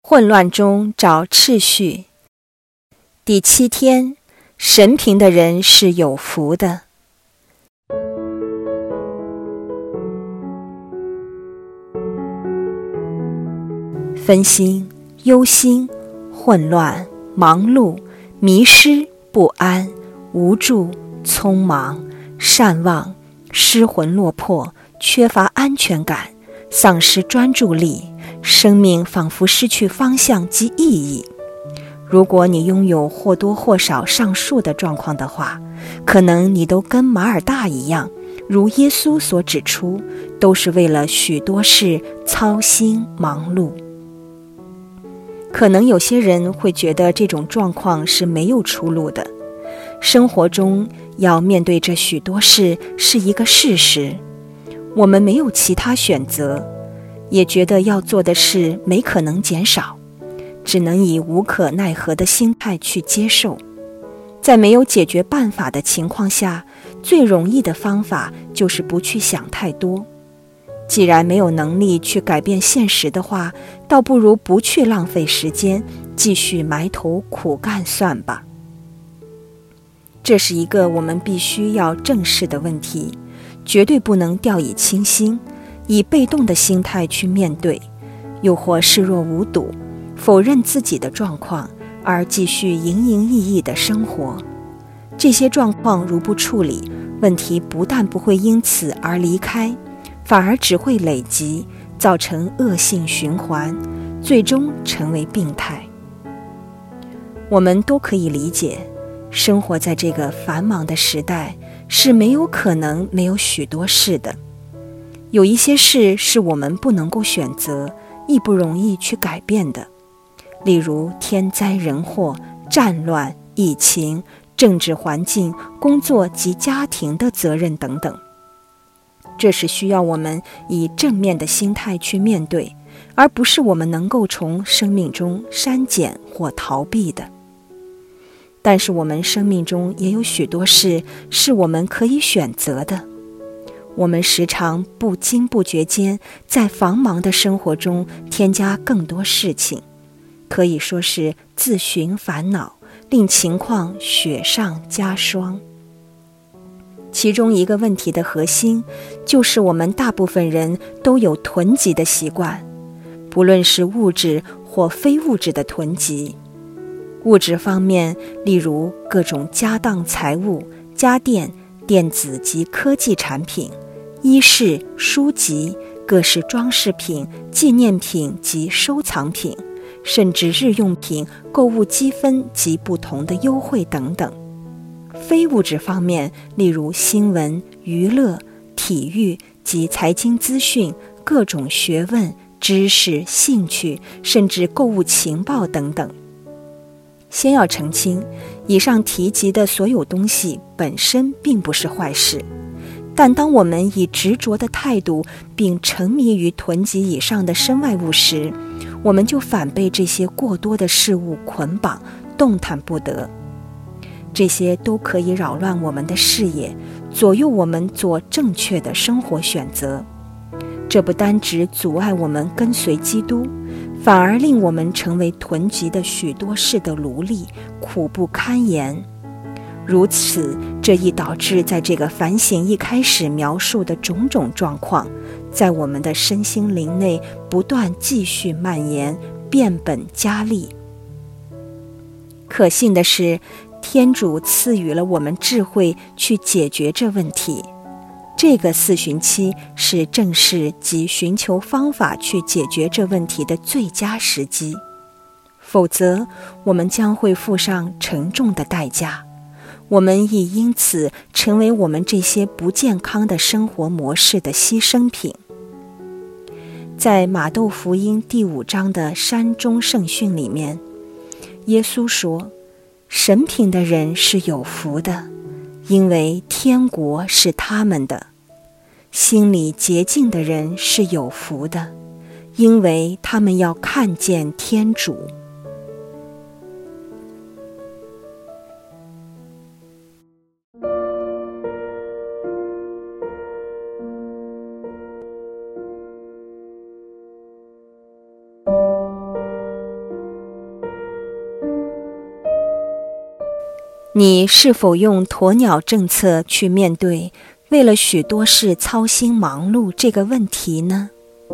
混乱中找秩序。第7天，神平的人是有福的。分心、忧心、混乱、忙碌、迷失、不安、无助、匆忙、善忘、失魂落魄、缺乏安全感、丧失专注力，生命仿佛失去方向及意义。如果你拥有或多或少上述的状况的话，可能你都跟马尔大一样，如耶稣所指出，都是为了许多事操心忙碌。可能有些人会觉得这种状况是没有出路的，生活中要面对这许多事是一个事实，我们没有其他选择，也觉得要做的事没可能减少，只能以无可奈何的心态去接受。在没有解决办法的情况下，最容易的方法就是不去想太多。既然没有能力去改变现实的话，倒不如不去浪费时间，继续埋头苦干算吧。这是一个我们必须要正视的问题，绝对不能掉以轻心，以被动的心态去面对，又或视若无睹，否认自己的状况，而继续营营役役的生活。这些状况如不处理，问题不但不会因此而离开，反而只会累积，造成恶性循环，最终成为病态。我们都可以理解，生活在这个繁忙的时代，是没有可能没有许多事的。有一些事是我们不能够选择，亦不容易去改变的，例如天灾人祸、战乱、疫情、政治环境、工作及家庭的责任等等。这是需要我们以正面的心态去面对，而不是我们能够从生命中删减或逃避的。但是我们生命中也有许多事是我们可以选择的。我们时常不经不觉间在繁忙的生活中添加更多事情，可以说是自寻烦恼，令情况雪上加霜。其中一个问题的核心，就是我们大部分人都有囤积的习惯，不论是物质或非物质的囤积。物质方面，例如各种家当财物、家电、电子及科技产品、衣饰、书籍、各式装饰品、纪念品及收藏品，甚至日用品、购物积分及不同的优惠等等。非物质方面，例如新闻、娱乐、体育及财经资讯、各种学问、知识、兴趣，甚至购物情报等等。先要澄清，以上提及的所有东西本身并不是坏事，但当我们以执着的态度并沉迷于囤积以上的身外物时，我们就反被这些过多的事物捆绑，动弹不得。这些都可以扰乱我们的视野，左右我们做正确的生活选择。这不单只阻碍我们跟随基督，反而令我们成为囤积的许多事的奴隶，苦不堪言。如此，这亦导致在这个反省一开始描述的种种状况，在我们的身心灵内不断继续蔓延，变本加厉。可信的是，天主赐予了我们智慧去解决这问题。这个4旬期是正视及寻求方法去解决这问题的最佳时机，否则我们将会付上沉重的代价，我们亦因此成为我们这些不健康的生活模式的牺牲品。在马窦福音第5章的山中圣训里面，耶稣说，神品的人是有福的，因为天国是他们的。心里洁净的人是有福的，因为他们要看见天主。 你是否用鸵鸟政策去面对为了许多事操心忙碌这个问题呢？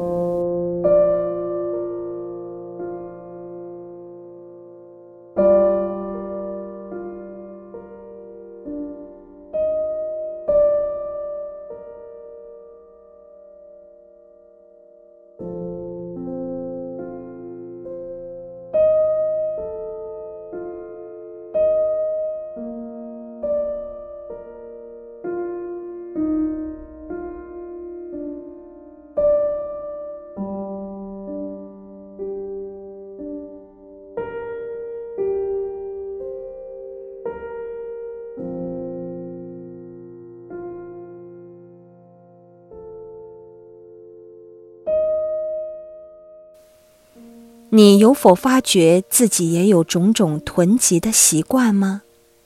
你有否发觉自己也有种种囤积的习惯吗？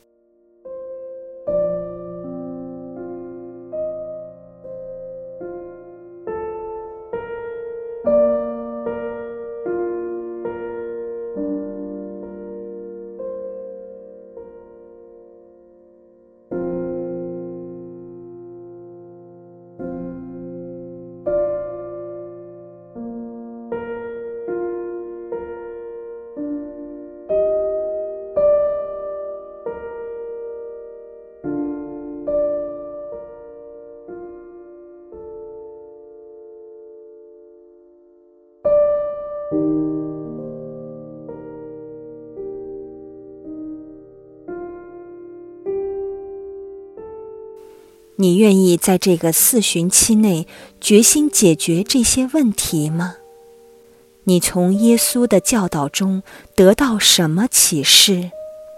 你愿意在这个4旬期内决心解决这些问题吗？你从耶稣的教导中得到什么启示？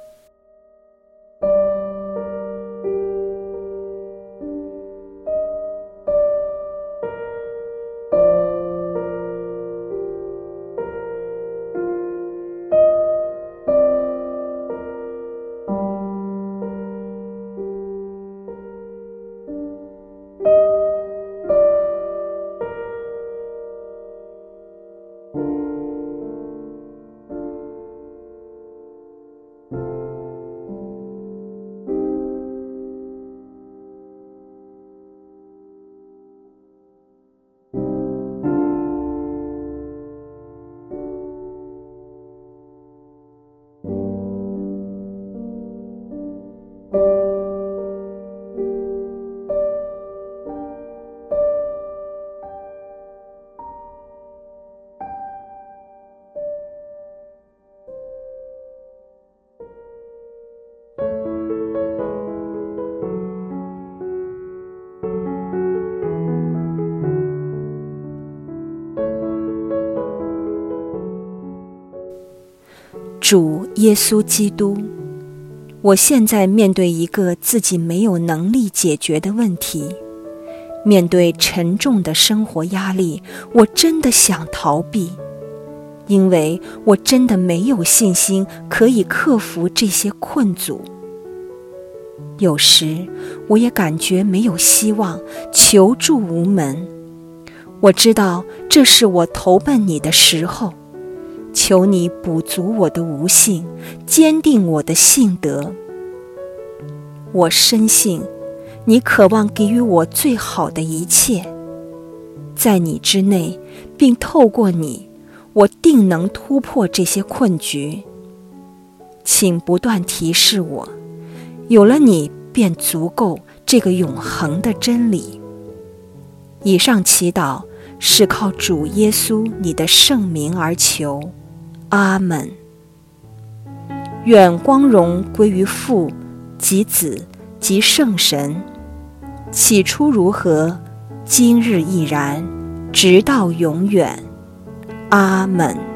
主耶稣基督，我现在面对一个自己没有能力解决的问题，面对沉重的生活压力，我真的想逃避，因为我真的没有信心可以克服这些困阻。有时我也感觉没有希望，求助无门。我知道这是我投奔你的时候，求你补足我的无信，坚定我的信德。我深信你渴望给予我最好的一切，在你之内，并透过你，我定能突破这些困局。请不断提示我，有了你便足够这个永恒的真理。以上祈祷是靠主耶稣你的圣名而求，阿们。愿光荣归于父及子及圣神，起初如何，今日亦然，直到永远，阿们。